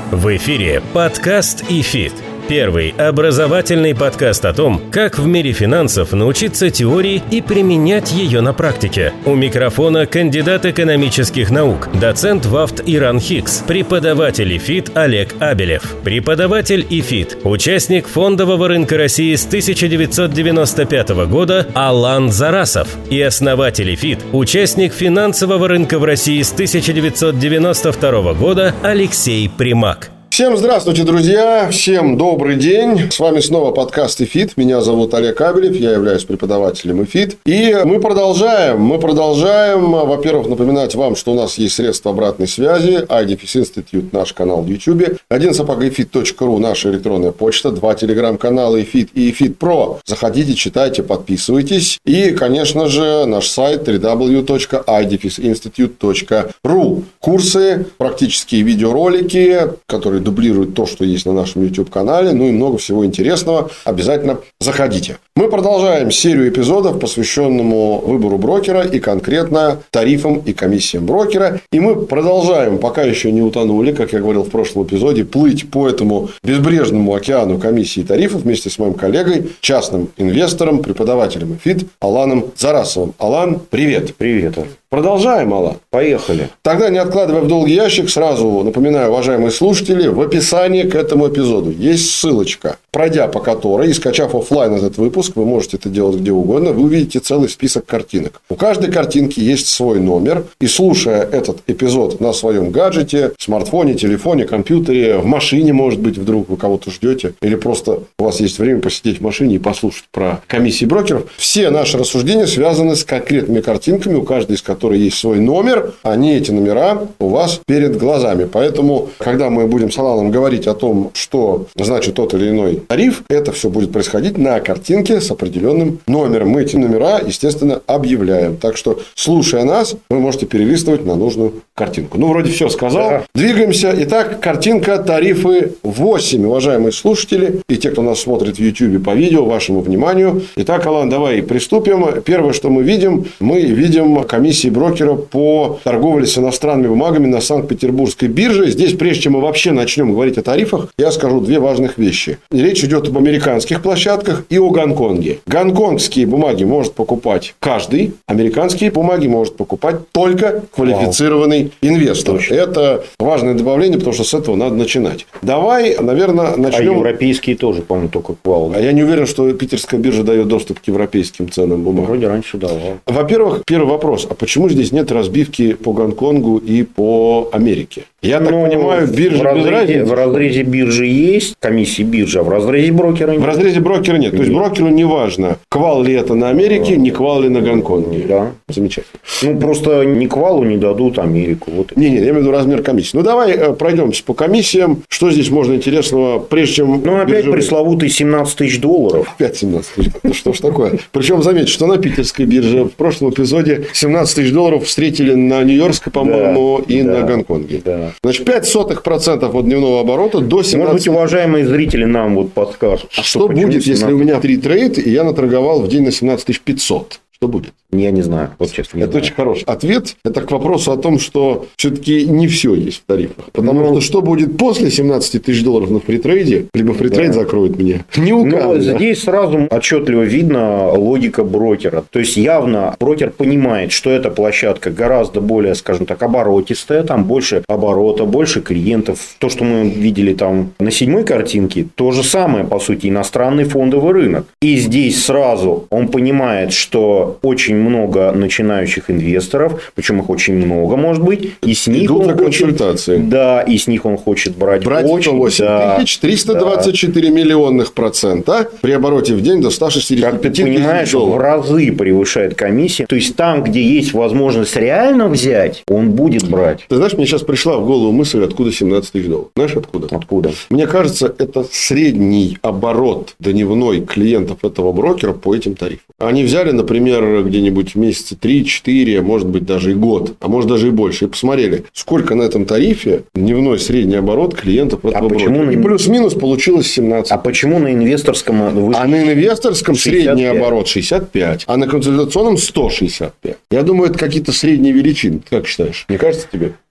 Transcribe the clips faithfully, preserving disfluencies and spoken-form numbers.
В эфире подкаст «ИФИТ». Первый образовательный подкаст о том, как в мире финансов научиться теории и применять ее на практике. У микрофона кандидат экономических наук, доцент ВАФТ Иран Хикс, преподаватель ИФИТ Олег Абелев, преподаватель ИФИТ, участник фондового рынка России с тысяча девятьсот девяносто пятого года Алан Зарасов и основатель ИФИТ, участник финансового рынка в России с тысяча девятьсот девяносто второго года Алексей Примак. Всем здравствуйте, друзья! Всем добрый день! С вами снова подкаст ИФИТ. Меня зовут Олег Абелев, я являюсь преподавателем ИФИТ. И мы продолжаем. Мы продолжаем, во-первых, напоминать вам, что у нас есть средства обратной связи. ай ди эф эс Institute, наш канал в YouTube. один собака ифит точка ру, наша электронная почта. Два телеграм-канала ИФИТ и ИФИТ Про. Заходите, читайте, подписывайтесь. И, конечно же, наш сайт дабл ю дабл ю дабл ю точка ай ди эф эс институт точка ру. Курсы, практические видеоролики, которые дублирует то, что есть на нашем YouTube-канале, ну и много всего интересного. Обязательно заходите. Мы продолжаем серию эпизодов, посвященному выбору брокера и конкретно тарифам и комиссиям брокера. И мы продолжаем, пока еще не утонули, как я говорил в прошлом эпизоде, плыть по этому безбрежному океану комиссий и тарифов вместе с моим коллегой, частным инвестором, преподавателем ИФИТ Аланом Зарасовым. Алан, привет. Привет. Продолжаем, Алан. Поехали. Тогда, не откладывая в долгий ящик, сразу напоминаю, уважаемые слушатели, в описании к этому эпизоду есть ссылочка, пройдя по которой и скачав офлайн этот выпуск, вы можете это делать где угодно, вы увидите целый список картинок. У каждой картинки есть свой номер, и слушая этот эпизод на своем гаджете, смартфоне, телефоне, компьютере, в машине, может быть, вдруг вы кого-то ждете, или просто у вас есть время посидеть в машине и послушать про комиссии брокеров, все наши рассуждения связаны с конкретными картинками, у каждой из которых есть свой номер, они, эти номера, у вас перед глазами. Поэтому, когда мы будем с Аланом говорить о том, что значит тот или иной тариф, это все будет происходить на картинке с определенным номером. Мы эти номера, естественно, объявляем. Так что, слушая нас, вы можете перелистывать на нужную картинку. Ну, вроде все сказал. Да. Двигаемся. Итак, картинка тарифы восемь, уважаемые слушатели. И те, кто нас смотрит в YouTube по видео, вашему вниманию. Итак, Алан, давай приступим. Первое, что мы видим, мы видим комиссии брокера по торговле с иностранными бумагами на Санкт-Петербургской бирже. Здесь, прежде чем мы вообще начнем говорить о тарифах, я скажу две важных вещи. Речь идет об американских площадках и о Гонконге. Гонконгские бумаги может покупать каждый, американские бумаги может покупать только квалифицированный Вау. инвестор. Точно. Это важное добавление, потому что с этого надо начинать. Давай, наверное, начнем. А европейские тоже, по-моему, только квал. А я не уверен, что питерская биржа дает доступ к европейским ценным бумагам. Вроде раньше давал. Во-первых, первый вопрос. А почему здесь нет разбивки по Гонконгу и по Америке? Я так ну, понимаю, биржа в разрезе, без разницы. В разрезе биржи есть комиссии биржи, а в разрезе брокера нет. В разрезе брокера нет. То есть, брокеру не важно, квал ли это на Америке, да. не квал ли на Гонконге. Да. Замечательно. Ну, просто ни квалу не дадут Америку. Вот. Не, не, я имею в виду размер комиссии. Ну, давай пройдемся по комиссиям. Что здесь можно интересного, прежде чем... Ну, опять биржевые... пресловутые семнадцать тысяч долларов. Опять семнадцать тысяч. Ну, что ж такое? Причем, заметьте, что на питерской бирже в прошлом эпизоде семнадцать тысяч долларов встретили на Нью-Йоркской, по-моему, да, и да, на Гонконге. Да. Значит, пять сотых процента от дневного оборота до семнадцати. Может быть, уважаемые зрители нам вот подскажут. А что, что будет, семнадцать... если у меня три трейд, и я наторговал в день на семнадцать тысяч пятьсот? Что будет? Я не знаю. Вот честно, не это знаю. очень хороший ответ. Это к вопросу о том, что все-таки не все есть в тарифах. Потому ну, что что будет после семнадцати тысяч долларов на фритрейде, либо фритрейд да. закроет мне, не указано. Но здесь сразу отчетливо видно логика брокера. То есть, явно брокер понимает, что эта площадка гораздо более, скажем так, оборотистая. Там больше оборота, больше клиентов. То, что мы видели там на седьмой картинке, то же самое, по сути, иностранный фондовый рынок. И здесь сразу он понимает, что очень много начинающих инвесторов, причем их очень много, может быть, и с них идут он на консультации. Хочет, да, и с них он хочет брать, брать очень, сто восемь тысяч триста двадцать четыре да. миллионных процента при обороте в день до ста шестидесяти пяти тысяч долларов. Как ты понимаешь, в разы превышает комиссия. То есть, там, где есть возможность реально взять, он будет брать. Ты знаешь, мне сейчас пришла в голову мысль, откуда семнадцать тысяч долларов. Знаешь, откуда? Откуда? Мне кажется, это средний оборот дневной клиентов этого брокера по этим тарифам. Они взяли, например, где-нибудь месяца три-четыре, может быть, даже и год, а может, даже и больше. И посмотрели, сколько на этом тарифе дневной средний оборот клиентов этого а брокера. На... И плюс-минус получилось семнадцать. А почему на инвесторском... Выше... А на инвесторском средний оборот шестьдесят пять, а на консультационном сто шестьдесят пять. Я думаю, это какие-то средние величины. Как считаешь? Не кажется тебе?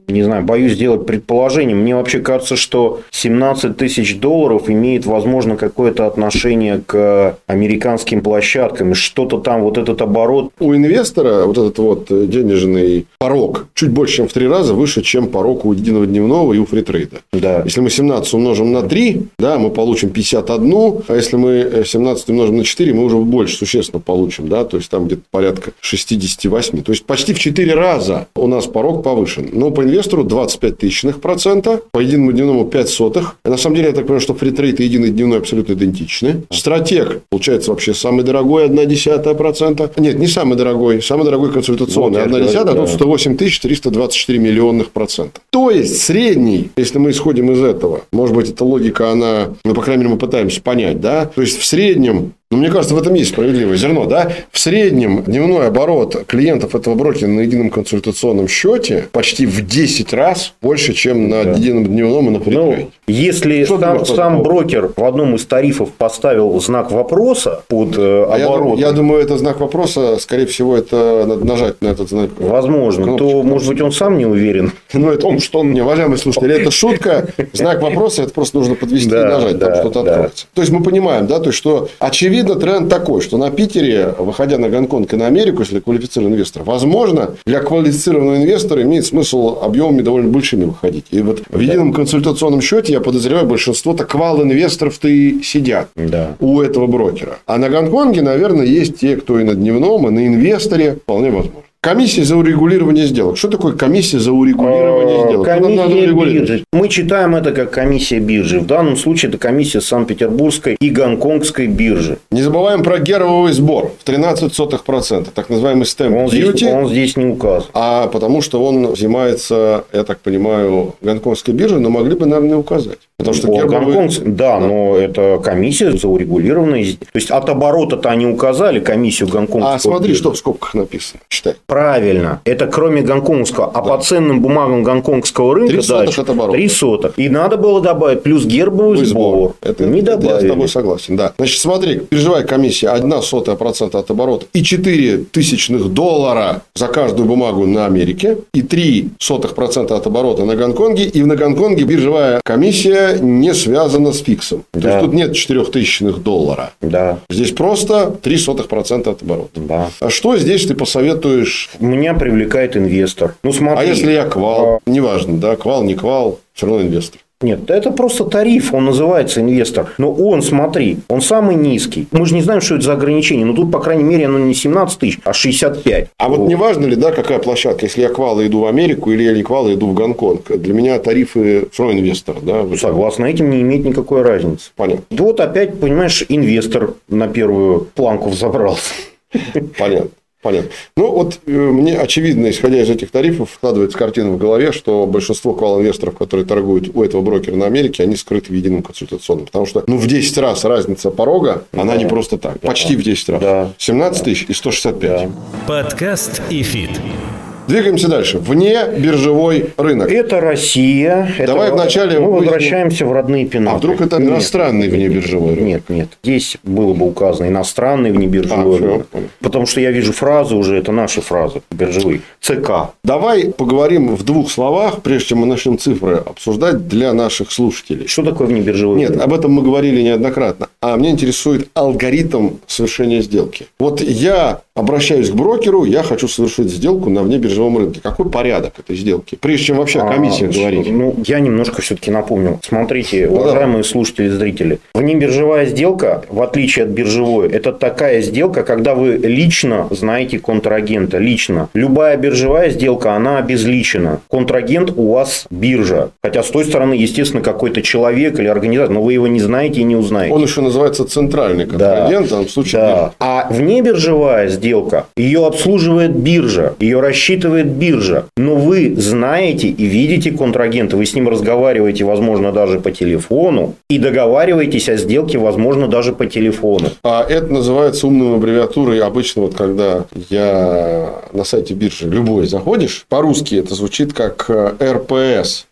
не знаю, боюсь сделать предположение. Мне вообще кажется, что семнадцать тысяч долларов имеет, возможно, какое-то отношение к американским площадкам. Что-то там, вот этот оборот. У инвестора вот этот вот денежный порог чуть больше, чем в три раза выше, чем порог у единого дневного и у фритрейда. Да. Если мы семнадцать умножим на три, да, мы получим пятьдесят один, а если мы семнадцать умножим на четыре, мы уже больше существенно получим, да, то есть там где-то порядка шестьдесят восемь. То есть почти в четыре раза у нас порог повышен. Но по инвестору двадцать пять тысячных процента, по единому дневному пять сотых. На самом деле, я так понимаю, что фритрейд и единый дневной абсолютно идентичны. Стратег получается вообще самый дорогой, одна десятая процента. Нет, не самый дорогой, самый дорогой консультационный, одна десятая, а тут сто восемь тысяч триста двадцать четыре миллионных процента. То есть средний, если мы исходим из этого, может быть, эта логика, она, ну, по крайней мере, мы пытаемся понять, да, то есть в среднем, ну, мне кажется, в этом есть справедливое зерно, да, в среднем дневной оборот клиентов этого брокера на едином консультационном счете почти в десять раз больше, чем на да. едином дневном и на фритрейде. Ну, если Что сам, сам брокер в одном из тарифов поставил знак вопроса под э, оборотом. Я, я думаю, это знак вопроса, скорее всего, это надо нажать на этот знак. Возможно, кнопочку. То, может быть, он сам не уверен. Ну, это он, что он, не, уважаемые слушатели, это шутка. Знак вопроса, это просто нужно подвести да, и нажать, да, там что-то да. откроется. То есть мы понимаем, да, то есть, что очевидно тренд такой, что на Питере, выходя на Гонконг и на Америку, если квалифицированный инвестор, возможно, для квалифицированного инвестора имеет смысл объемами довольно большими выходить. И вот в едином консультационном счете, я подозреваю, большинство-то квал-инвесторов-то и сидят да. у этого брокера. А на Гонконге, наверное, есть те, кто и на дневном, и на инвесторе, вполне возможно. Комиссия за урегулирование сделок. Что такое комиссия за урегулирование сделок? Комиссия биржи. Мы читаем это как комиссия биржи. В данном случае это комиссия Санкт-Петербургской и Гонконгской биржи. Не забываем про гербовый сбор в тринадцать сотых процента. Так называемый stamp он duty. Здесь, он здесь не указан. А потому что он взимается, я так понимаю, Гонконгской биржей, но могли бы, наверное, указать. Потому что О, гербовый... Гонконг... Да, но это комиссия за урегулированное. То есть от оборота-то они указали комиссию Гонконгского. А смотри, биржи. что в скобках написано. Читай. Правильно. Это кроме гонконгского. А да. по ценным бумагам гонконгского рынка дальше три сотых. И надо было добавить плюс гербовый сбор. Это, не это добавили. Я с тобой согласен. Да. Значит, смотри, биржевая комиссия одна сотая процента от оборота и четыре тысячных доллара за каждую бумагу на Америке и три сотых процента от оборота на Гонконге. И на Гонконге биржевая комиссия не связана с фиксом. Да. То есть тут нет четырехтысячных доллара. Да. Здесь просто три сотых процента от оборота. Да. А что здесь ты посоветуешь? Меня привлекает инвестор. Ну, смотри. А если я квал? А... Неважно, да, квал, не квал, все равно инвестор. Нет, это просто тариф, он называется инвестор. Но он, смотри, он самый низкий. Мы же не знаем, что это за ограничение. Но тут, по крайней мере, оно не семнадцать тысяч, а шестьдесят пять. А вот, вот не важно ли, да, какая площадка? Если я квал иду в Америку или я не квал иду в Гонконг. Для меня тарифы все равно инвестор. Да? Согласно этим, не имеет никакой разницы. Понятно. Вот опять, понимаешь, инвестор на первую планку взобрался. Понятно. Понятно. Ну, вот мне очевидно, исходя из этих тарифов, складывается картина в голове, что большинство квал-инвесторов, которые торгуют у этого брокера на Америке, они скрыты в едином консультационном. Потому что, ну, в десять раз разница порога, да. она не просто так. Да. Почти в десять раз. Да. семнадцать тысяч и сто шестьдесят пять. Да. Подкаст «ИФИТ». Двигаемся дальше. Вне биржевой рынок. Это Россия. Давай это... вначале... Мы возвращаемся в родные пенаты. А вдруг это нет, иностранный внебиржевой рынок? Нет, нет. Здесь было бы указано иностранный внебиржевой а, рынок. Все. Потому что я вижу фразы уже, это наши фразы биржевые. ЦК. Давай поговорим в двух словах, прежде чем мы начнем цифры обсуждать для наших слушателей. Что такое внебиржевой нет, рынок? Нет, об этом мы говорили неоднократно. А меня интересует алгоритм совершения сделки. Вот я обращаюсь к брокеру, я хочу совершить сделку на внебиржевом рынке. Какой порядок этой сделки? Прежде чем вообще о комиссиях а, говорить. Ну, я немножко все-таки напомню. Смотрите, ну, уважаемые да. слушатели и зрители. Внебиржевая сделка, в отличие от биржевой, это такая сделка, когда вы лично знаете контрагента. Лично. Любая биржевая сделка, она обезличена. Контрагент у вас биржа. Хотя, с той стороны, естественно, какой-то человек или организатор, но вы его не знаете и не узнаете. Он еще называется центральный контрагент, да. в случае да. биржи. А внебиржевая сделка, Сделка. Ее обслуживает биржа, ее рассчитывает биржа. Но вы знаете и видите контрагента, вы с ним разговариваете, возможно, даже по телефону, и договариваетесь о сделке, возможно, даже по телефону. А это называется умной аббревиатурой. Обычно, вот когда я на сайте биржи любой заходишь, по-русски это звучит как эр пэ эс.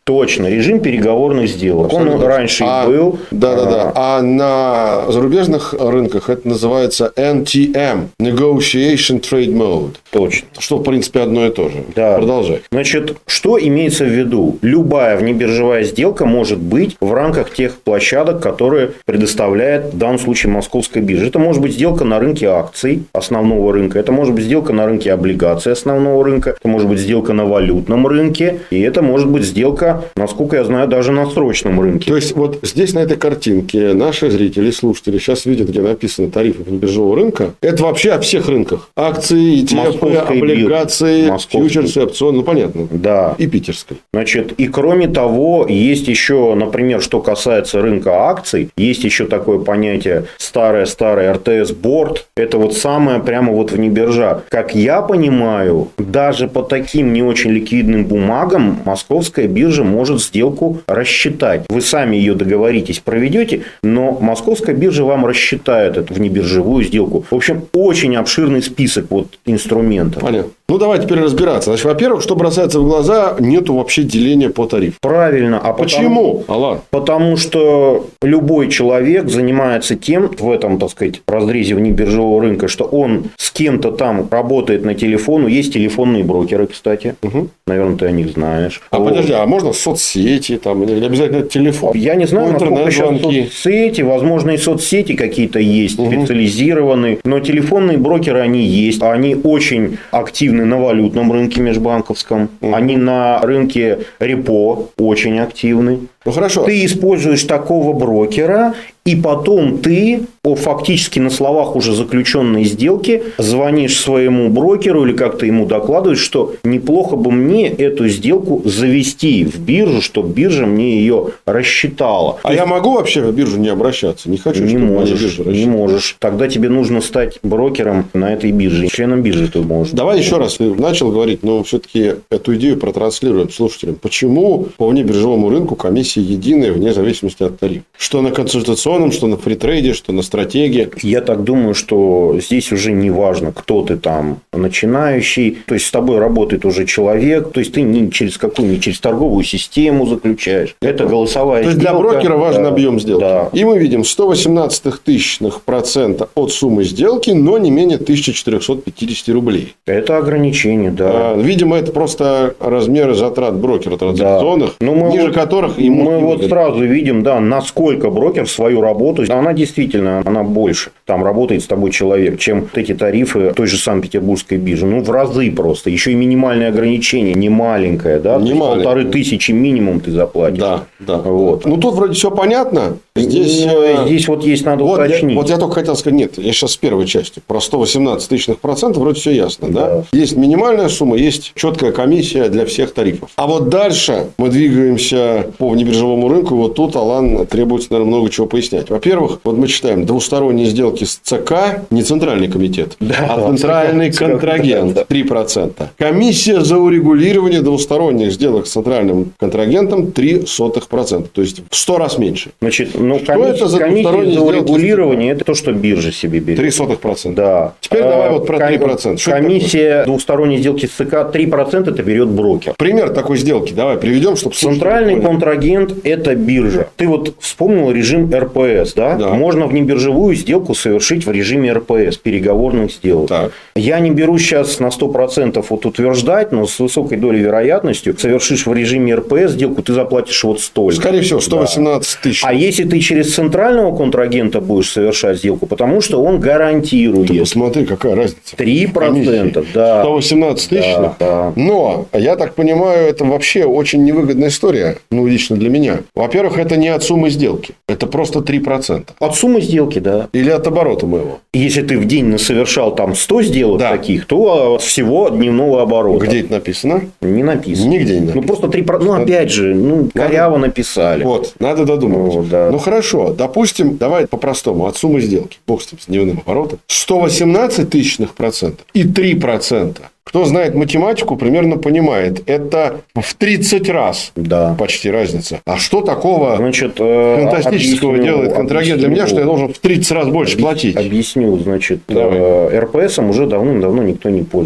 Точно, режим переговорных сделок. Абсолютно. Он раньше а, и был. Да-да-да. А на зарубежных рынках это называется эн ти эм – Negotiation Trade Mode. Точно. Что, в принципе, одно и то же. Да. Продолжай. Значит, что имеется в виду? Любая внебиржевая сделка может быть в рамках тех площадок, которые предоставляет в данном случае Московская биржа. Это может быть сделка на рынке акций основного рынка, это может быть сделка на рынке облигаций основного рынка, это может быть сделка на валютном рынке, и это может быть сделка, насколько я знаю, даже на срочном рынке. То есть, вот здесь на этой картинке наши зрители, слушатели сейчас видят, где написано тарифы внебиржевого рынка. Это вообще о всех рынках. Акции, и ти эф, облигации, фьючерсы, опционы. Ну, понятно. Да. И питерской. Значит, и кроме того, есть еще, например, что касается рынка акций, есть еще такое понятие старое-старое эр тэ эс-борд. Это вот самое прямо вот внебиржа. Как я понимаю, даже по таким не очень ликвидным бумагам Московская биржа может сделку рассчитать. Вы сами ее договоритесь, проведете, но Московская биржа вам рассчитает эту внебиржевую сделку. В общем, очень обширный список вот инструментов. Понятно. Ну, давай теперь разбираться. Значит, во-первых, что бросается в глаза, нету вообще деления по тарифу. Правильно. А почему? Потому, Алан? Потому что любой человек занимается тем, в этом, так сказать, разрезе внебиржевого рынка, что он с кем-то там работает на телефону. Есть телефонные брокеры, кстати. Угу. Наверное, ты о них знаешь. А вот. Подожди, а можно соцсети там, или обязательно телефон? Я не знаю, насколько сейчас соцсети, возможно, и соцсети какие-то есть, угу. специализированные, но телефонные брокеры, они есть. Они очень активны на валютном рынке межбанковском, угу. они на рынке репо очень активны. Ну, хорошо. Ты используешь такого брокера, и потом ты, о, фактически на словах уже заключенной сделки, звонишь своему брокеру или как-то ему докладываешь, что неплохо бы мне эту сделку завести в биржу, чтобы биржа мне ее рассчитала. А То я есть... могу вообще в биржу не обращаться? Не хочу, не чтобы можешь, биржа не можешь. Тогда тебе нужно стать брокером на этой бирже. Членом биржи ты можешь. Давай еще раз. Ты начал говорить, но все-таки эту идею протранслируем слушателям. Почему по внебиржевому рынку комиссия единая вне зависимости от тарифа? Что на консультационном, что на фритрейде, что на стратегии. Я так думаю, что здесь уже не важно, кто ты там начинающий. То есть, с тобой работает уже человек. То есть, ты не через какую, не через торговую систему заключаешь. Это голосовая сделка. То есть, для брокера важен да, объем сделки. Да. И мы видим сто восемнадцать тысячных процента от суммы сделки, но не менее тысяча четыреста пятьдесят рублей. Это ограничение, да. Видимо, это просто размеры затрат брокера транзакционных, да. мы ниже вот, которых ему мы вот сразу видим, да, насколько брокер свою работу, она действительно, она больше. Там работает с тобой человек, чем эти тарифы той же Санкт-Петербургской биржи. Ну, в разы просто. Еще и минимальное ограничение, не маленькое, да? Не маленькое. Полторы тысячи минимум ты заплатишь. Да, да. Вот. Ну, тут вроде все понятно. Здесь, ну, здесь вот есть, надо вот уточнить. Я, вот я только хотел сказать, нет, я сейчас с первой части. Про сто восемнадцать тысячных процентов вроде все ясно, да? да? Есть минимальная сумма, есть четкая комиссия для всех тарифов. А вот дальше мы двигаемся по внебиржевому рынку. Вот тут, Алан, требуется, наверное, много чего пояснять. Во-первых, вот мы читаем двусторонние сделки с ЦК, не центральный комитет, да, а центральный ЦК, контрагент, да. три процента. Комиссия за урегулирование двусторонних сделок с центральным контрагентом три процента. То есть, в сто раз меньше. Значит, ну, что комиссия, это за комиссия за урегулирование, это то, что биржа себе берет. три процента. Да. Теперь а, давай вот про три процента. Что комиссия двусторонней сделки с ЦК три процента это берет брокер. Пример такой сделки давай приведем, чтобы... Центральный контрагент – это биржа. Ты вот вспомнил режим эр пэ эс, да? Да. Можно внебиржевую сделку совершить в режиме эр пэ эс, переговорных сделок. Так. Я не беру сейчас на сто процентов вот утверждать, но с высокой долей вероятностью совершишь в режиме эр пэ эс сделку, ты заплатишь вот столько. Скорее всего, сто восемнадцать да. тысяч. А если ты через центрального контрагента будешь совершать сделку, потому что он гарантирует. Ты посмотри, какая разница. три процента, да. сто восемнадцать тысяч. Да, да. Но, я так понимаю, это вообще очень невыгодная история, ну, лично для меня. Во-первых, это не от суммы сделки. Это просто три процента. От суммы сделки, да. Или от оборота моего. Если ты в день совершал там сто сделок да. таких, то от всего дневного оборота. Где это написано? Не написано. Нигде не написано. Ну, просто три процента. Ну, опять же, ну, коряво надо... написали. Вот, надо додумывать. Ну, да. ну, хорошо. Допустим, давай по-простому. От суммы сделки. Бог с ним, с дневным оборотом. сто восемнадцать тысячных процентов и три процента. Кто знает математику, примерно понимает. Это в тридцать раз да. почти разница. А что такого значит, фантастического объясню, делает контрагент для меня, что я должен в тридцать раз больше объясню, платить? Объясню. Значит, эр пэ эсом уже давным-давно никто не пользуется.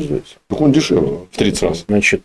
Так он дешевле в тридцать раз. Значит,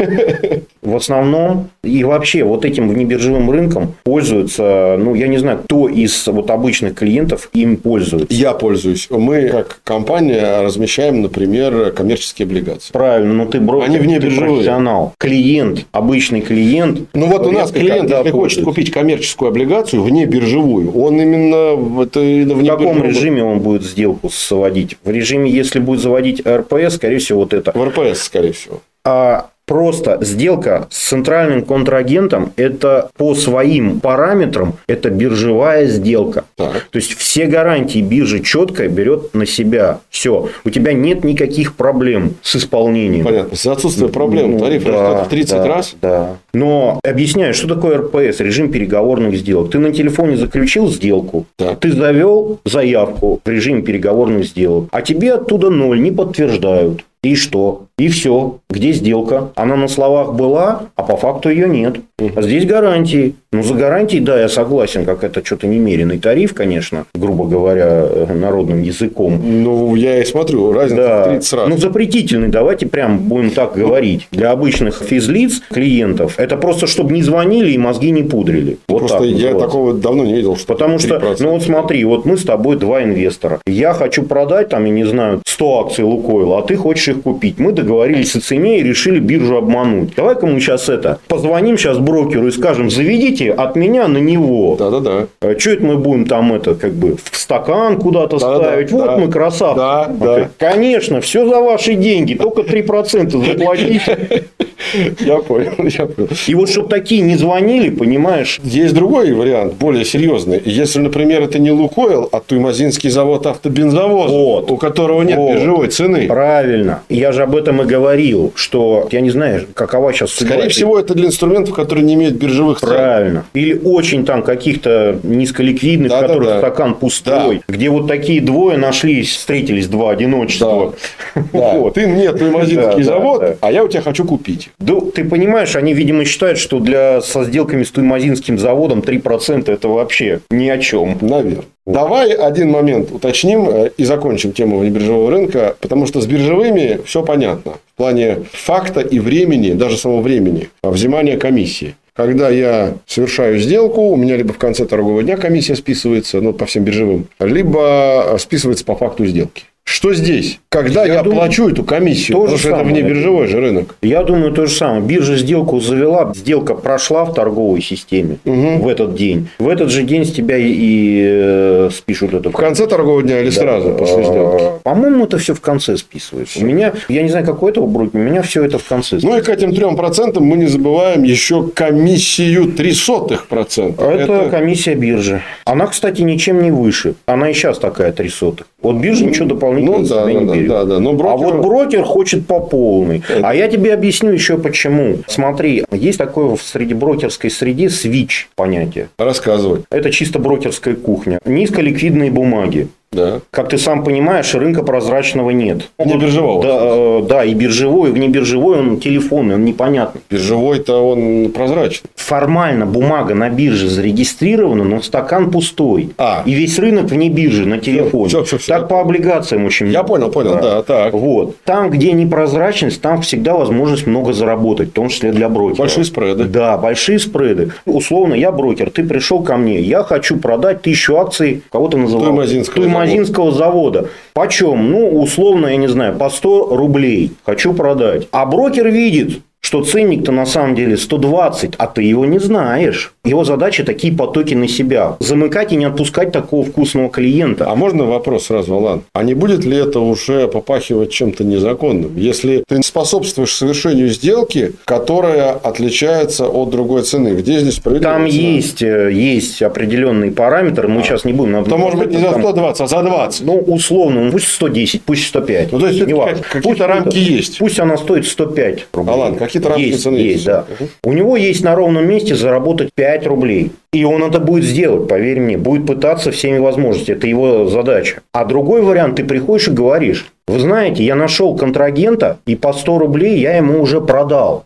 в основном и вообще вот этим внебиржевым рынком пользуются, ну, я не знаю, кто из вот обычных клиентов им пользуется. Я пользуюсь. Мы, как компания, размещаем, например, коммерческие облигации. Правильно, но ты брокер, Они внебиржевые. ты профессионал. Клиент, обычный клиент. Ну, вот у нас клиент, если хочет пользуется. купить коммерческую облигацию внебиржевую, он именно в, это, в каком режиме он будет сделку сводить? В режиме, если будет заводить эр пэ эс, скорее всего, вот это. В эр пэ эс, скорее всего. А просто сделка с центральным контрагентом – это по своим параметрам это биржевая сделка. Так. То есть все гарантии биржи четко берет на себя. Все. У тебя нет никаких проблем с исполнением. Понятно. За отсутствие проблем. Ну, Тариф да, растет в тридцать да, раз. Да. Но объясняю, что такое эр пэ эс, режим переговорных сделок. Ты на телефоне заключил сделку, Так. ты завел заявку в режим переговорных сделок, а тебе оттуда ноль не подтверждают. И что? И все. Где сделка? Она на словах была, а по факту ее нет. А здесь гарантии. Ну, за гарантии, да, я согласен, как это что-то немеренный тариф, конечно, грубо говоря, народным языком. Ну, я и смотрю, разница Да. в тридцать раз. Ну, запретительный, давайте прям будем так говорить. Для обычных физлиц, клиентов, это просто, чтобы не звонили и мозги не пудрили. Вот Просто так я называется. такого давно не видел. Что Потому что, три процента. ну вот смотри, вот мы с тобой два инвестора. Я хочу продать, там, я не знаю, сто акций Лукойла, а ты хочешь их купить. Мы договорились о цене и решили биржу обмануть. Давай-ка мы сейчас это, позвоним сейчас брокеру и скажем, заведите от меня на него. Да-да-да. А что это мы будем там это, как бы, в стакан куда-то Да-да-да. ставить? Вот Да. мы красавцы. Да, да. Конечно, все за ваши деньги, только три процента заплатите. Я понял, я понял. И вот, чтобы такие не звонили, понимаешь, Есть другой вариант, более серьезный. Если, например, это не Лукойл, а Туймазинский завод автобензовоз, Вот. у которого нет Вот. биржевой цены. правильно. Я же об этом и говорил, что я не знаю, какова сейчас судьба. Скорее этой- всего, это для инструментов, которые не имеют биржевых цен. Правильно. Или очень там каких-то низколиквидных, Да, да, которых да. стакан пустой, где вот такие двое нашлись, встретились, два одиночества. Да. Вот. Ты мне Туймазинский Да, да, завод, да. а я у тебя хочу купить. Да, ты понимаешь, они, видимо, считают, что для, со сделками с Туймазинским заводом три процента это вообще ни о чем. Наверное. Давай один момент уточним э, и закончим тему внебиржевого рынка, потому что с биржевыми все понятно. В плане факта и времени, даже самого времени, взимания комиссии. Когда я совершаю сделку, у меня либо в конце торгового дня комиссия списывается, ну, по всем биржевым, либо списывается по факту сделки. Что здесь? Когда я, Я думаю, плачу эту комиссию, то потому же что это самое. внебиржевой же рынок. Я думаю, то же самое. Биржа сделку завела, сделка прошла в торговой системе в этот день. В этот же день с тебя и, и э, спишут эту В конце торгового дня или сразу после сделки? По-моему, это все в конце списывается. У меня, я не знаю, какой это брокер, у меня все это в конце. Ну, и к этим трем процентам мы не забываем еще комиссию три сотых процента. Это комиссия биржи. Она, кстати, ничем не выше. Она и сейчас такая три сотых. Вот биржа ничего дополнительного Ну, на да, себя не да, берет. да, да. Но А брокер... вот брокер хочет по полной. А я тебе объясню еще почему. Смотри, есть такое в среди брокерской среде свич понятие. Рассказывай. Это чисто брокерская кухня. Низколиквидные бумаги. Да. Как ты сам понимаешь, рынка прозрачного нет. Не биржевого. Да, э, да, и биржевой, и внебиржевой, он телефонный, он непонятный. Биржевой-то он прозрачный. Формально бумага на бирже зарегистрирована, но стакан пустой. А. И весь рынок вне биржи на телефоне. Всё, всё, всё. Так по облигациям очень Я много. понял, понял, да, так. Вот. Там, где непрозрачность, там всегда возможность много заработать, в том числе для брокера. Большие спреды. Да, большие спреды. Условно, я брокер, ты пришел ко мне, я хочу продать тысячу акций, кого ты называл? Туймазинского Туймазинского завода. Почем? Ну, условно, я не знаю, по сто рублей хочу продать. А брокер видит, что ценник-то на самом деле сто двадцать, а ты его не знаешь. Его задача такие потоки на себя. Замыкать и не отпускать такого вкусного клиента. А можно вопрос сразу, Алан? А не будет ли это уже попахивать чем-то незаконным? Если ты способствуешь совершению сделки, которая отличается от другой цены, где здесь справедливая Там цена? есть, э, есть определенные параметры, мы сейчас не будем... То, может быть, не за там- сто двадцать, а за двадцать. Ну, условно, ну, пусть сто десять, пусть сто пять. Ну, то есть, Не важно. какие-то Пусть рамки это- есть. Пусть она стоит сто пять рублей. Алан, какие-то рамки есть, цены есть, есть. да. Мгм. У него есть на ровном месте заработать пять рублей. И он это будет сделать, поверь мне. Будет пытаться всеми возможностями. Это его задача. А другой вариант, ты приходишь и говоришь: вы знаете, я нашел контрагента, и по сто рублей я ему уже продал.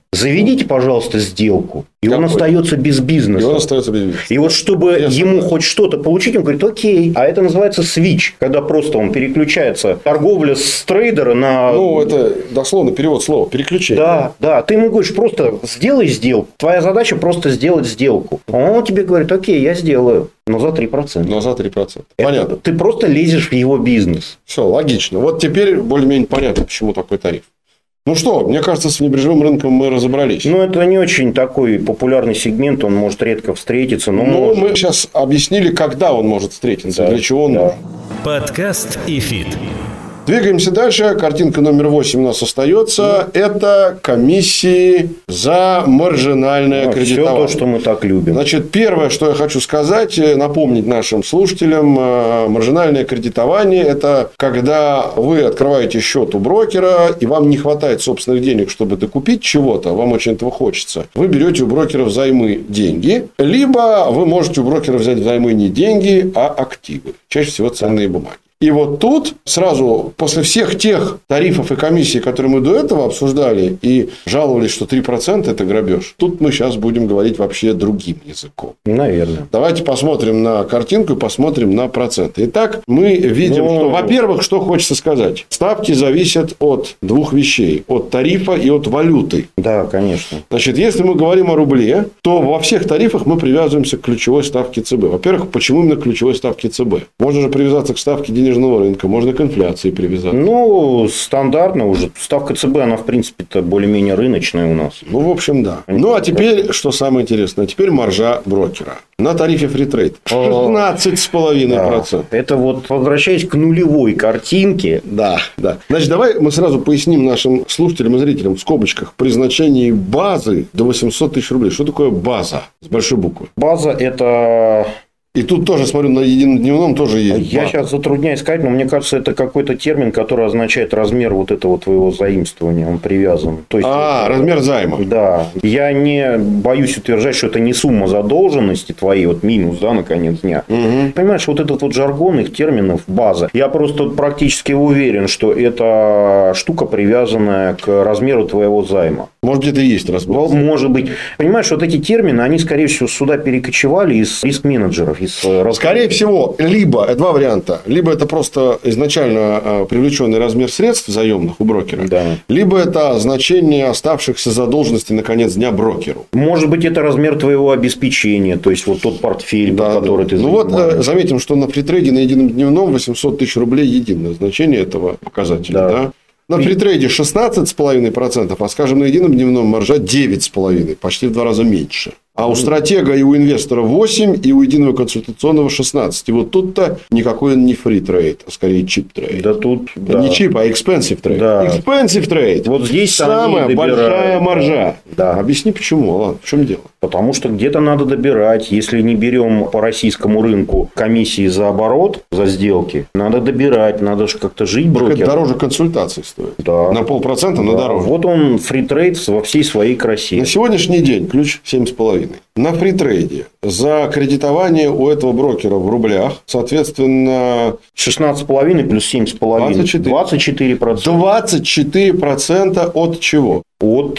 Заведите, пожалуйста, сделку, и Какой? он остается без бизнеса. И он остается без бизнеса. И вот чтобы Я ему согласен. хоть что-то получить, он говорит, окей. А это называется свич, когда просто он переключается. Торговля с трейдера на... Ну, это дословно перевод слова. Переключение. Да, да. Ты ему говоришь, просто сделай сделку. Твоя задача просто сделать сделку. А он тебе говорит, окей, я сделаю. Но за три процента. Но за три процента. Это Понятно. Ты просто лезешь в его бизнес. Все, логично. Вот теперь более-менее понятно, почему такой тариф. Ну что, мне кажется, с внебиржевым рынком мы разобрались. Ну, это не очень такой популярный сегмент, он может редко встретиться. Но Ну, может. мы сейчас объяснили, когда он может встретиться, Да, для чего он да. нужен. Подкаст «ИФИТ». Двигаемся дальше. Картинка номер восемь у нас остается. Это комиссии за маржинальное Ну, все кредитование. то, что мы так любим. Значит, первое, что я хочу сказать, напомнить нашим слушателям, э, маржинальное кредитование – это когда вы открываете счет у брокера, и вам не хватает собственных денег, чтобы докупить чего-то, вам очень этого хочется. Вы берете у брокера взаймы деньги, либо вы можете у брокера взять взаймы не деньги, а активы. Чаще всего ценные бумаги. И вот тут сразу после всех тех тарифов и комиссий, которые мы до этого обсуждали и жаловались, что три процента это грабеж, тут мы сейчас будем говорить вообще другим языком. Наверное. Давайте посмотрим на картинку и посмотрим на проценты. Итак, мы видим, Ну... что, во-первых, что хочется сказать. Ставки зависят от двух вещей. От тарифа и от валюты. Да, конечно. Значит, если мы говорим о рубле, то во всех тарифах мы привязываемся к ключевой ставке ЦБ. Во-первых, почему именно к ключевой ставке ЦБ? Можно же привязаться к ставке денежного рынка, можно к инфляции привязаться. Ну, стандартно уже. Ставка ЦБ, она, в принципе-то, более-менее рыночная у нас. Ну, в общем, да. Ну, а теперь, что самое интересное, теперь маржа брокера. На тарифе фритрейд шестнадцать с половиной процентов. Да. Это вот, возвращаясь к нулевой картинке. Да, да. Значит, давай мы сразу поясним нашим слушателям и зрителям в скобочках при значении базы до восемьсот тысяч рублей. Что такое база с большой буквы? База – это... И тут тоже, смотрю, на единодневном тоже есть. Я база. сейчас затрудняюсь сказать, но мне кажется, это какой-то термин, который означает размер вот этого твоего заимствования. Он привязан. То есть, А, размер займа. да. Я не боюсь утверждать, что это не сумма задолженности твоей, вот минус, да, на конец дня. Угу. Понимаешь, вот этот вот жаргон их терминов, база. Я просто практически уверен, что это штука, привязанная к размеру твоего займа. Может, где-то и есть разбор. Может быть. Понимаешь, вот эти термины, они, скорее всего, сюда перекочевали из риск-менеджеров. Из... Скорее всего, либо два варианта. Либо это просто изначально привлеченный размер средств заемных у брокера. Да. Либо это значение оставшихся задолженностей на конец дня брокеру. Может быть, это размер твоего обеспечения. То есть, вот тот портфель, Да, под который да. ты Ну вот, занимаешь. заметим, что на фритрейде на едином дневном восемьсот тысяч рублей единое значение этого показателя. Да. Да? На фритрейде шестнадцать с половиной процентов, а, скажем, на едином дневном маржа девять с половиной процентов, почти в два раза меньше. А у стратега и у инвестора восемь, и у единого консультационного шестнадцать. И вот тут-то никакой он не фри-трейд, а скорее чип-трейд. Да тут... Да. Не чип, а expensive трейд. Да. Expensive трейд. Вот здесь самая они добирают. большая маржа. Да. Объясни, почему, ладно, в чем дело? Потому что где-то надо добирать. Если не берем по российскому рынку комиссии за оборот, за сделки, надо добирать, надо же как-то жить Так это брокером. дороже консультаций стоит. Да. На полпроцента, но Да. дороже. Вот он, фритрейд во всей своей красе. На сегодняшний день ключ семь с половиной. На фритрейде за кредитование у этого брокера в рублях, соответственно, шестнадцать с половиной плюс семь с половиной. двадцать четыре. двадцать четыре процента. двадцать четыре процента от чего? От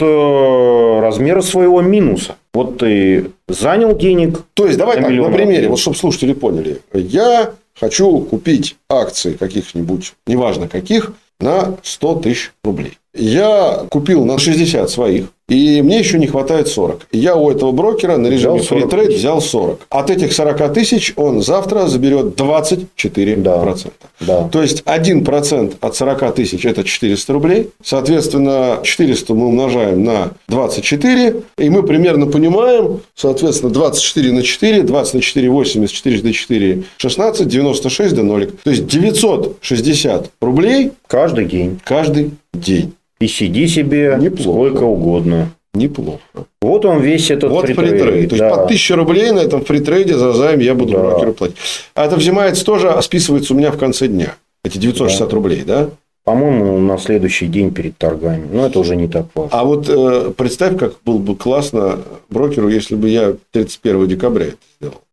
э, размера своего минуса. Вот ты занял денег. То есть, давай на так, миллион на примере, рублей. вот чтобы слушатели поняли. Я хочу купить акции каких-нибудь, неважно каких, на сто тысяч рублей. Я купил на шестьдесят своих, и мне еще не хватает сорок. Я у этого брокера на режиме Взял сорок фритрейд тысяч. взял сорок. От этих сорока тысяч он завтра заберет двадцать четыре процента. Да. Да. То есть, один процент от сорока тысяч – это четыреста рублей. Соответственно, четыреста мы умножаем на двадцать четыре. И мы примерно понимаем, соответственно, двадцать четыре на четыре, двадцать на четыре – восемьдесят, четыре на четыре – шестнадцать, девяносто шесть до нолик. То есть, девятьсот шестьдесят рублей Каждый день. каждый день. И сиди себе Неплохо. сколько угодно. Неплохо. Вот он весь этот Вот фритрейд. фритрейд. То есть, Да. по тысяче рублей на этом фритрейде за займ я буду Да. брокеру платить. А это взимается тоже, списывается у меня в конце дня. Эти девятьсот шестьдесят рублей, да? По-моему, на следующий день перед торгами. Но это уже не так важно. А вот э, представь, как было бы классно брокеру, если бы я тридцать первого декабря это сделал.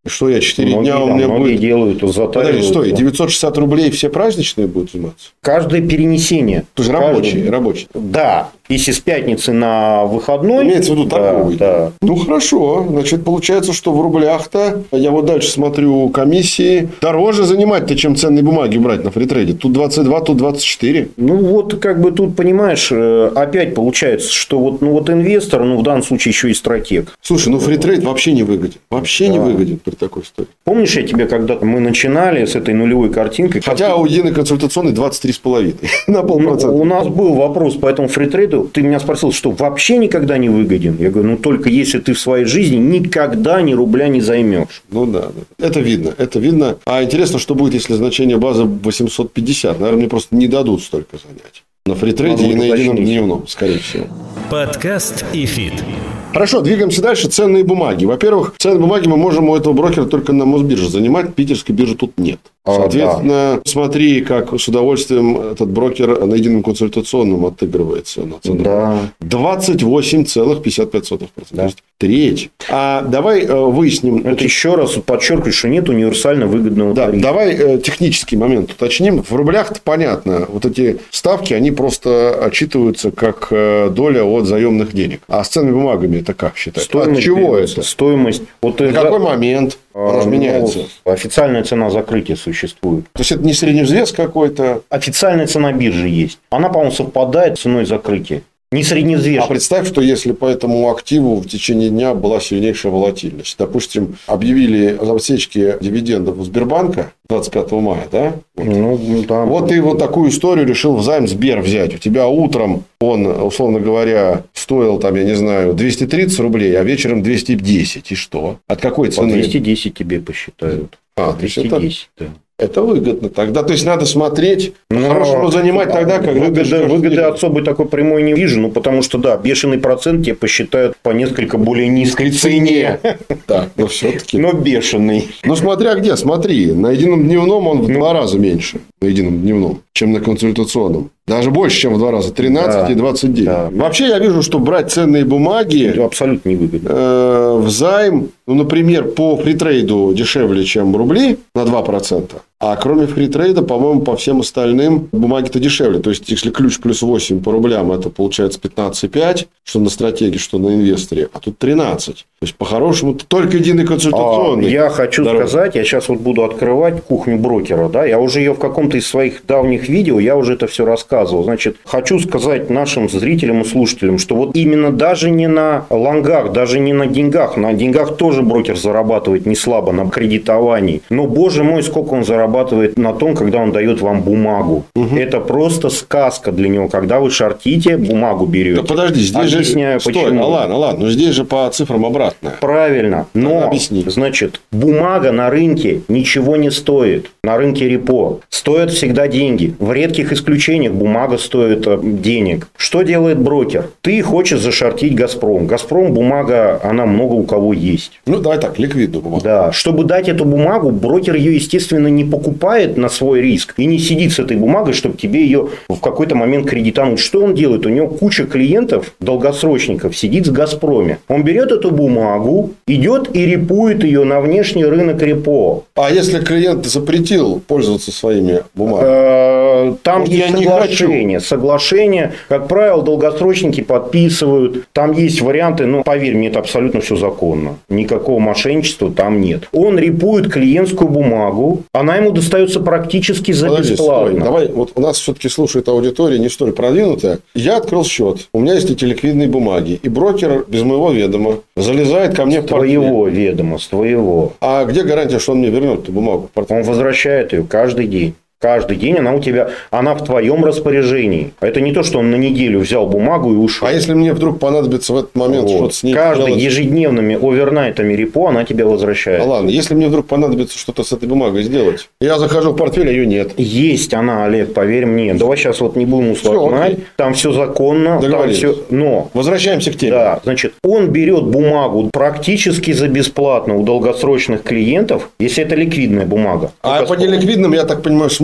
Что я, четыре многие, дня у да, меня многие будет... делают, затаривают. Подожди, стой, девятьсот шестьдесят рублей все праздничные будут взиматься? Каждое перенесение. То есть рабочие, рабочие. Да. Если с пятницы на выходной... Имеется в виду да, торговый. Да. Ну, хорошо. Значит, получается, что в рублях-то, я вот дальше смотрю комиссии, дороже занимать-то, чем ценные бумаги брать на фритрейде. Тут двадцать два, тут двадцать четыре. Ну, вот, как бы тут, понимаешь, опять получается, что вот, ну, вот инвестор, ну, в данном случае еще и стратег. Слушай, ну, фритрейд вообще не выгоден. Вообще да. не выгоден при такой истории. Помнишь, я тебе когда-то мы начинали с этой нулевой картинкой? Хотя как... у единой консультационной двадцать три с половиной на полпроцента. Ну, у нас был вопрос по этому фритрейду. Ты меня спросил, что вообще никогда не выгоден. Я говорю, ну, только если ты в своей жизни никогда ни рубля не займешь. Ну, да, да. Это видно, это видно. А интересно, что будет, если значение базы восемьсот пятьдесят. Наверное, мне просто не дадут столько занять. На фритрейде и на едином дневном, скорее всего. Подкаст «ИФИТ». Хорошо, двигаемся дальше. Ценные бумаги. Во-первых, ценные бумаги мы можем у этого брокера только на Мосбирже занимать. Питерской биржи тут нет. Соответственно, а, да. смотри, как с удовольствием этот брокер на едином консультационном отыгрывается. На да. двадцать восемь целых пятьдесят пять сотых процента. Да. То есть треть. А давай выясним. Это еще раз подчеркиваю, что нет универсально выгодного да, тарифа. Давай технический момент уточним. В рублях-то понятно. Вот эти ставки, они просто отчитываются как доля от заемных денег. А с ценными бумагами это как считать? Стоимость, от чего это? Стоимость. Вот на какой момент? Она меняется. Ну, официальная цена закрытия существует. То есть это не средневзвес какой-то? Официальная цена биржи есть. Она, по-моему, совпадает с ценой закрытия. Не средневзвешенная. А представь, что если по этому активу в течение дня была сильнейшая волатильность. Допустим, объявили об отсечке дивидендов у Сбербанка двадцать пятого мая, да? Вот. Ну, да. Вот ты вот такую историю решил взаймы Сбер взять. У тебя утром он, условно говоря, стоил, там, я не знаю, двести тридцать рублей, а вечером двести десять. И что? От какой цены? По двести десять тебе посчитают. А, двести десять, да. Это выгодно. Тогда, то есть, надо смотреть, но хорошо занимать тогда, когда... Выгоды, выгоды особой такой прямой не вижу. Ну, потому что, да, бешеный процент тебе посчитают по несколько более низкой цене. Да, но все-таки. Но бешеный. Ну, смотря где, смотри. На едином дневном он в два раза меньше. На едином дневном, чем на консультационном. Даже больше, чем в два раза. тринадцать и двадцать девять. Да. Вообще, я вижу, что брать ценные бумаги... Это абсолютно невыгодно. Э, взайм, ну, например, по фритрейду дешевле, чем рубли на два процента. А кроме фритрейда, по-моему, по всем остальным бумаги-то дешевле. То есть, если ключ плюс восемь по рублям, это получается пятнадцать и пять, что на стратегии, что на инвесторе. А тут тринадцать. То есть, по-хорошему, только единый консультационный. А, я хочу дороже. сказать, я сейчас вот буду открывать кухню брокера. Да? Я уже ее в каком-то из своих давних видео, я уже это все рассказывал. Значит, хочу сказать нашим зрителям и слушателям, что вот именно даже не на лонгах, даже не на деньгах. На деньгах тоже брокер зарабатывает не слабо, на кредитовании. Но, боже мой, сколько он зарабатывает на том, когда он дает вам бумагу. Угу. Это просто сказка для него. Когда вы шортите, бумагу берете. Да подожди, здесь Объясняю, же... почему. Стой, ну ладно, ладно, но здесь же по цифрам обратно. Правильно. Но, объясни. Значит, бумага на рынке ничего не стоит. На рынке репо. Стоят всегда деньги. В редких исключениях бумага стоит денег. Что делает брокер? Ты хочешь зашортить «Газпром». «Газпром» бумага, она много у кого есть. Ну, давай так, ликвидную бумагу. Да. Чтобы дать эту бумагу, брокер ее, естественно, не покупает на свой риск и не сидит с этой бумагой, чтобы тебе ее в какой-то момент кредитануть. Что он делает? У него куча клиентов, долгосрочников, сидит в «Газпроме». Он берет эту бумагу, идет и репует ее на внешний рынок репо. А если клиент запретил пользоваться своими бумагами? Там есть соглашение. Соглашение, как правило, долгосрочники подписывают. Там есть варианты, но поверь мне, это абсолютно все законно. Никакого мошенничества там нет. Он репует клиентскую бумагу, она ему достается практически за Подожди, бесплатно. Стой, давай, вот у нас все-таки слушает аудитория не столь продвинутая. Я открыл счет, у меня есть эти ликвидные бумаги, и брокер без моего ведома залезает ко мне в портфель. С твоего ведома, с твоего. А где гарантия, что он мне вернет эту бумагу? Он возвращает ее каждый день. Каждый день она у тебя, она в твоем распоряжении. Это не то, что он на неделю взял бумагу и ушел. А если мне вдруг понадобится в этот момент вот. что-то с ней Каждый делать? ежедневными овернайтами репо она тебя возвращает. А ладно, если мне вдруг понадобится что-то с этой бумагой сделать, я захожу в портфель, а ее нет. Есть она, Олег, поверь мне. Давай сейчас вот не будем усложнять. Там все законно. Там все... Но... Возвращаемся к теме. Да, значит, он берет бумагу практически за бесплатно у долгосрочных клиентов, если это ликвидная бумага. А по неликвидным, я так понимаю, смысл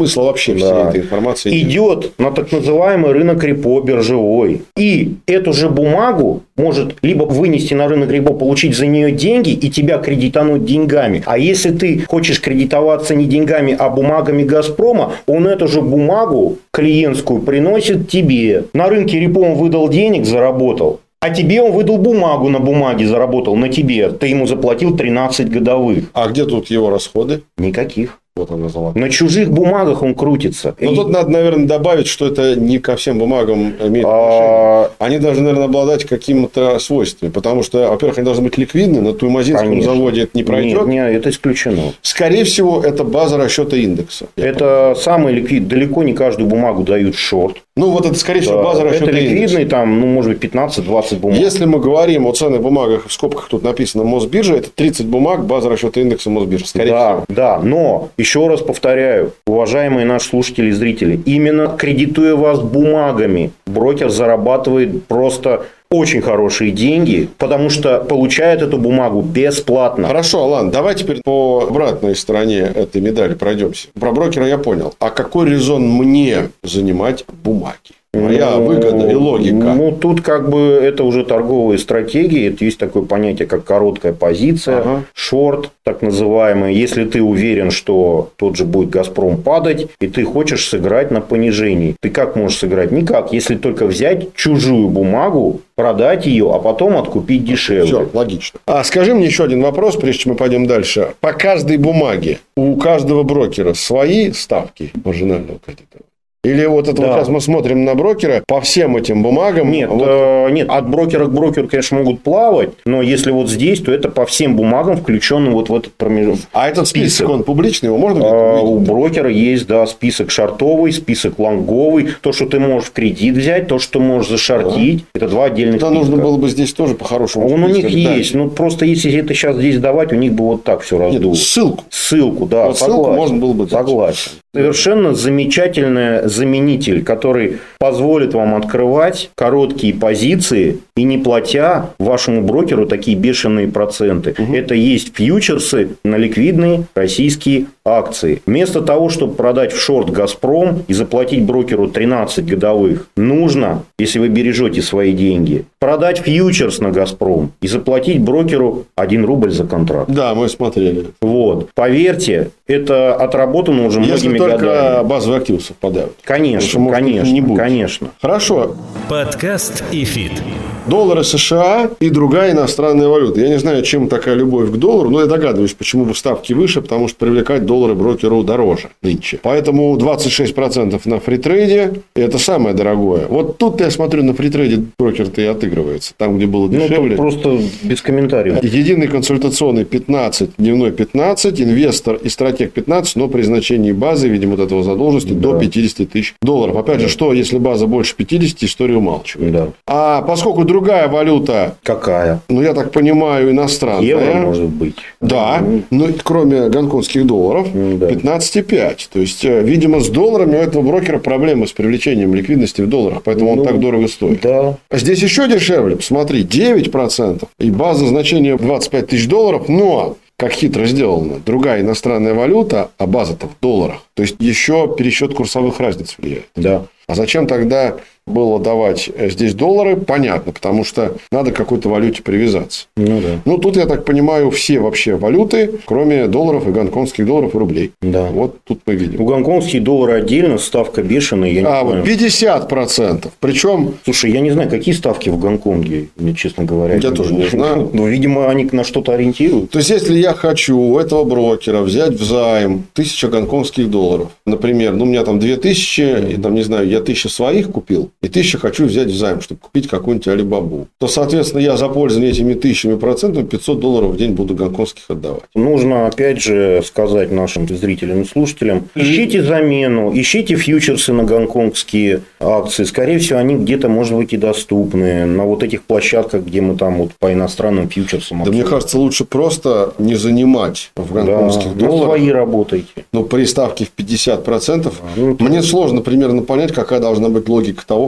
смысла вообще всей Да. этой информации нет. Идет на так называемый рынок репо биржевой. И эту же бумагу может либо вынести на рынок репо, получить за нее деньги и тебя кредитануть деньгами. А если ты хочешь кредитоваться не деньгами, а бумагами «Газпрома», он эту же бумагу клиентскую приносит тебе. На рынке репо он выдал денег, заработал. А тебе он выдал бумагу на бумаге, заработал на тебе. Ты ему заплатил тринадцать годовых. А где тут его расходы? Никаких. Вот она золотая. На чужих бумагах он крутится. Но И- тут надо, наверное, добавить, что это не ко всем бумагам имеет отношение. А, Они должны, наверное, обладать какими-то свойствами. Потому что, во-первых, они должны быть ликвидны. На Туймазинском Конечно. заводе это не пройдет. Нет, нет, это исключено. Скорее всего, это база расчета индекса. Это самый ликвид. Далеко не каждую бумагу дают шорт. Ну, вот это, скорее всего, Да, база расчета это индекса. ликвидный, там, ну, может быть, пятнадцать-двадцать бумаг. Если мы говорим о ценных бумагах, в скобках тут написано Мосбиржа, это тридцать бумаг, база расчета индекса Мосбиржи. Скорее Да, всего. да, но, еще раз повторяю, уважаемые наши слушатели и зрители, именно кредитуя вас бумагами, брокер зарабатывает просто очень хорошие деньги, потому что получает эту бумагу бесплатно. Хорошо, Алан, давай теперь по обратной стороне этой медали пройдемся. Про брокера я понял. А какой резон мне занимать бумаги? Моя Ну, выгода и логика. Ну, тут как бы это уже торговые стратегии. Это есть такое понятие, как короткая позиция, Ага. шорт, так называемый. Если ты уверен, что тот же будет «Газпром» падать, и ты хочешь сыграть на понижении. Ты как можешь сыграть? Никак. Если только взять чужую бумагу, продать ее, а потом откупить дешевле. Все, логично. А скажи мне еще один вопрос, прежде чем мы пойдем дальше. По каждой бумаге у каждого брокера свои ставки маржинального кредита? Или вот это Да. вот сейчас мы смотрим на брокера по всем этим бумагам? Нет, вот- э, нет, от брокера к брокеру, конечно, могут плавать, но если вот здесь, то это по всем бумагам, включенным вот в этот промежуток. А этот список, список. он публичный, его можно где-то А, У увидеть? брокера есть, да, список шортовый, список лонговый. То, что ты можешь в кредит взять, то, что ты можешь зашортить. Это два отдельных Да, списка. нужно было бы здесь тоже по-хорошему. Он у них список дать. есть. Ну, просто если это сейчас здесь давать, у них бы вот так все Нет, раздуло. ссылку. Ссылку, да, Вот ссылку согласен. можно было бы дать. Согласен. Совершенно замечательный заменитель, который позволит вам открывать короткие позиции и не платя вашему брокеру такие бешеные проценты. Это есть фьючерсы на ликвидные российские акции. Вместо того, чтобы продать в шорт «Газпром» и заплатить брокеру тринадцать годовых, нужно, если вы бережете свои деньги, продать фьючерс на «Газпром» и заплатить брокеру один рубль за контракт. Да, мы смотрели. Вот. Поверьте, это отработано уже Если многими только годами. базовые активы совпадают. Конечно, Потому что, может, конечно, не будет. конечно. Хорошо. Подкаст «ИФИТ». Доллары США и другая иностранная валюта. Я не знаю, чем такая любовь к доллару, но я догадываюсь, почему ставки выше, потому что привлекать доллары брокеру дороже нынче. Поэтому двадцать шесть процентов на фритрейде – это самое дорогое. Вот тут я смотрю, на фритрейде брокер-то и отыгрывается. Там, где было Ну, дешевле. тут просто без комментариев. Единый консультационный пятнадцать, дневной пятнадцать, инвестор и стратег пятнадцать, но при значении базы, видимо, вот этого задолженности до пятьдесят тысяч долларов. Опять же, что если база больше пятидесяти, история умалчивает. Да. А поскольку другая валюта, Какая? ну, я так понимаю, иностранная. Евро, может быть. Да, ну, кроме гонконгских долларов, Да. пятнадцать и пять. То есть, э, видимо, с долларами у этого брокера проблемы с привлечением ликвидности в долларах, поэтому он Ну, так дорого стоит. Да. А здесь еще дешевле. Посмотри, девять процентов. И база значения двадцать пять тысяч долларов. Но, как хитро сделано, другая иностранная валюта, а база-то в долларах. То есть, еще пересчет курсовых разниц влияет. Да. А зачем тогда было давать здесь доллары? Понятно, потому что надо к какой-то валюте привязаться. Ну, да. Ну, тут, я так понимаю, все вообще валюты, кроме долларов и гонконгских долларов и рублей. Да. Вот тут мы видим. У гонконгские доллары отдельно, ставка бешеная. Я не А, знаю. вот пятьдесят процентов. Причем, Слушай, я не знаю, какие ставки в Гонконге, мне, честно говоря. Я тоже не знаю. Ну, видимо, они на что-то ориентируют. то есть, если я хочу у этого брокера взять взайм тысяча гонконгских долларов, например, ну, у меня там две тысячи, и там, не знаю, я тысячу своих купил, и тысячу хочу взять взайм, чтобы купить какую-нибудь Алибабу, то, соответственно, я за пользование этими тысячами процентов пятьсот долларов в день буду гонконгских отдавать. Нужно, опять же, сказать нашим зрителям и слушателям, ищите замену, ищите фьючерсы на гонконгские акции. Скорее всего, они где-то, может быть, и доступны на вот этих площадках, где мы там вот по иностранным фьючерсам. Да, мне кажется, лучше просто не занимать в да, гонконгских ну, долларах. свои работайте. Но при ставке в пятьдесят процентов Ну, мне сложно примерно понять, какая должна быть логика того,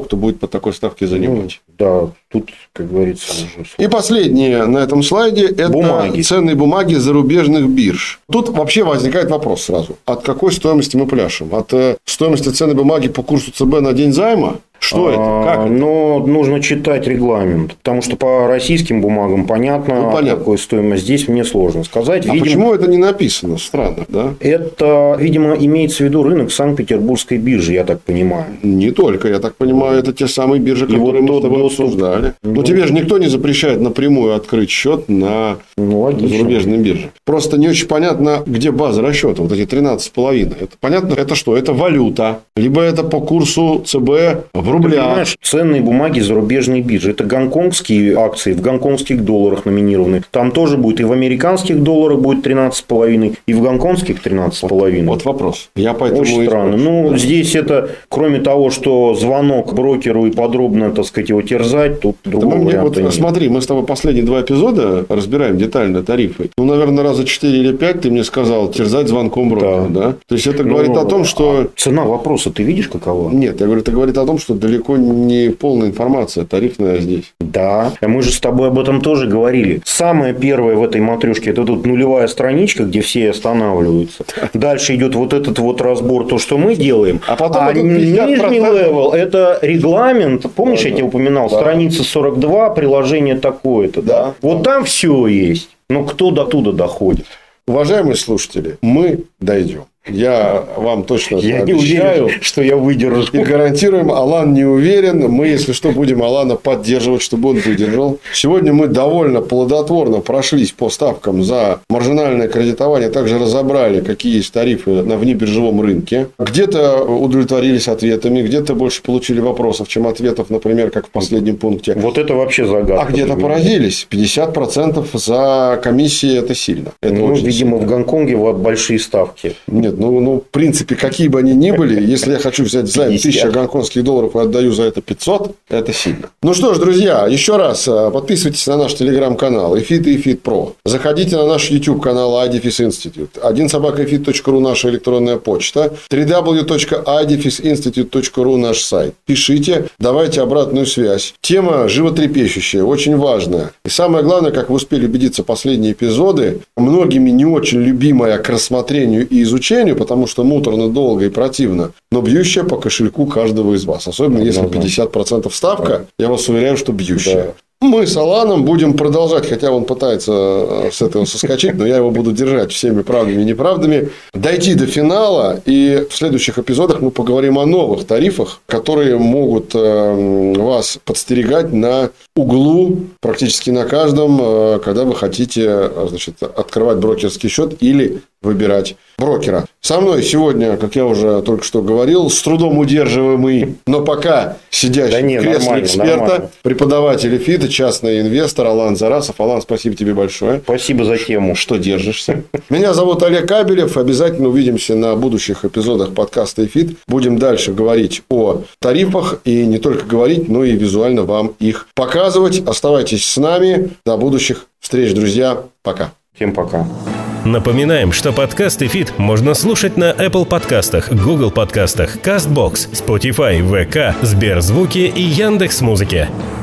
кто будет по такой ставке занимать. Ну, да, тут, как говорится, уже... И последнее на этом слайде – это бумаги. Ценные бумаги зарубежных бирж. Тут вообще возникает вопрос сразу. От какой стоимости мы пляшем? От стоимости ценной бумаги по курсу ЦБ на день займа? Что а, это? Как это? Но нужно читать регламент, потому что по российским бумагам понятно, ну, понятно. Какой стоимость. Здесь мне сложно сказать. А видимо, почему это не написано? Странно, да? Это, видимо, имеется в виду рынок Санкт-Петербургской биржи, я так понимаю. Не только, я так понимаю, это те самые биржи, которые вот мы с тобой доступ... обсуждали. Ну, Но тебе же никто не запрещает напрямую открыть счет на ну, зарубежной бирже. Просто не очень понятно, где база расчета. Вот эти тринадцать с половиной. Это понятно, это что? Это валюта. Либо это по курсу ЦБ в рублях. Ты понимаешь, ценные бумаги зарубежной биржи. Это гонконгские акции в гонконгских долларах номинированы. Там тоже будет и в американских долларах будет тринадцать с половиной, и в гонконгских тринадцать с половиной. Вот, вот вопрос. Я поэтому очень странно. Ну, да. Здесь это, кроме того, что звонок брокеру и подробно, так сказать, его терзать, тут другого да варианта вот, нет. Смотри, мы с тобой последние два эпизода разбираем детально тарифы. Ну, наверное, раза четыре или пять ты мне сказал терзать звонком брокера. Да. Да? То есть, это ну, говорит о том, что... Цена вопроса ты видишь какова? Нет, я говорю, это говорит о том, что далеко не полная информация тарифная здесь. Да, мы же с тобой об этом тоже говорили. Самое первое в этой матрешке – это тут нулевая страничка, где все останавливаются. Дальше идет вот этот вот разбор, то, что мы делаем. А потом а нижний левел – это регламент. Помнишь, да, я тебе упоминал? Да. Страница сорок два, приложение такое-то. Да. Да? Вот там все есть. Но кто до туда доходит? Уважаемые слушатели, мы дойдем. Я вам точно я обещаю, не уверен, что я выдержу. И гарантируем, Алан не уверен. Мы, если что, будем Алана поддерживать, чтобы он выдержал. Сегодня мы довольно плодотворно прошлись по ставкам за маржинальное кредитование. Также разобрали, какие есть тарифы на внебиржевом рынке. Где-то удовлетворились ответами, где-то больше получили вопросов, чем ответов, например, как в последнем пункте. Вот это вообще загадка. А где-то поразились. пятьдесят процентов за комиссии – это сильно. Это ну, видимо, сильно. В Гонконге большие ставки. Нет, ну, ну, в принципе, какие бы они ни были, если я хочу взять займ тысячу гонконгских долларов и отдаю за это пятьсот, это сильно. Ну что ж, друзья, еще раз подписывайтесь на наш телеграм-канал эфит и эфит про. Заходите на наш YouTube-канал iDefis Institute. один собака эфит точка ру наша электронная почта. дабл ю дабл ю дабл ю точка ай дефис институт точка ру наш сайт. Пишите, давайте обратную связь. Тема животрепещущая, очень важная. И самое главное, как вы успели убедиться, последние эпизоды, многими не очень любимая к рассмотрению и изучению, потому что муторно, долго и противно, но бьющая по кошельку каждого из вас. Особенно, если пятьдесят процентов ставка, я вас уверяю, что бьющая. Да. Мы с Аланом будем продолжать, хотя он пытается с этого соскочить, но я его буду держать всеми правдами и неправдами, дойти до финала. И в следующих эпизодах мы поговорим о новых тарифах, которые могут вас подстерегать на углу, практически на каждом, когда вы хотите, значит, открывать брокерский счет или выбирать брокера. Со мной сегодня, как я уже только что говорил, с трудом удерживаемый, но пока сидящий да не, в кресле эксперта, нормально. Преподаватель эфита, частный инвестор Алан Зарасов. Алан, спасибо тебе большое. Спасибо за тему. Что держишься. Меня зовут Олег Кабелев. Обязательно увидимся на будущих эпизодах подкаста «Эфит». Будем дальше говорить о тарифах. И не только говорить, но и визуально вам их показывать. Оставайтесь с нами. До будущих встреч, друзья. Пока. Всем пока. Напоминаем, что подкаст «Эфит» можно слушать на Apple подкастах, Google подкастах, CastBox, Spotify, вэ ка, Сберзвуки и Яндекс.Музыке.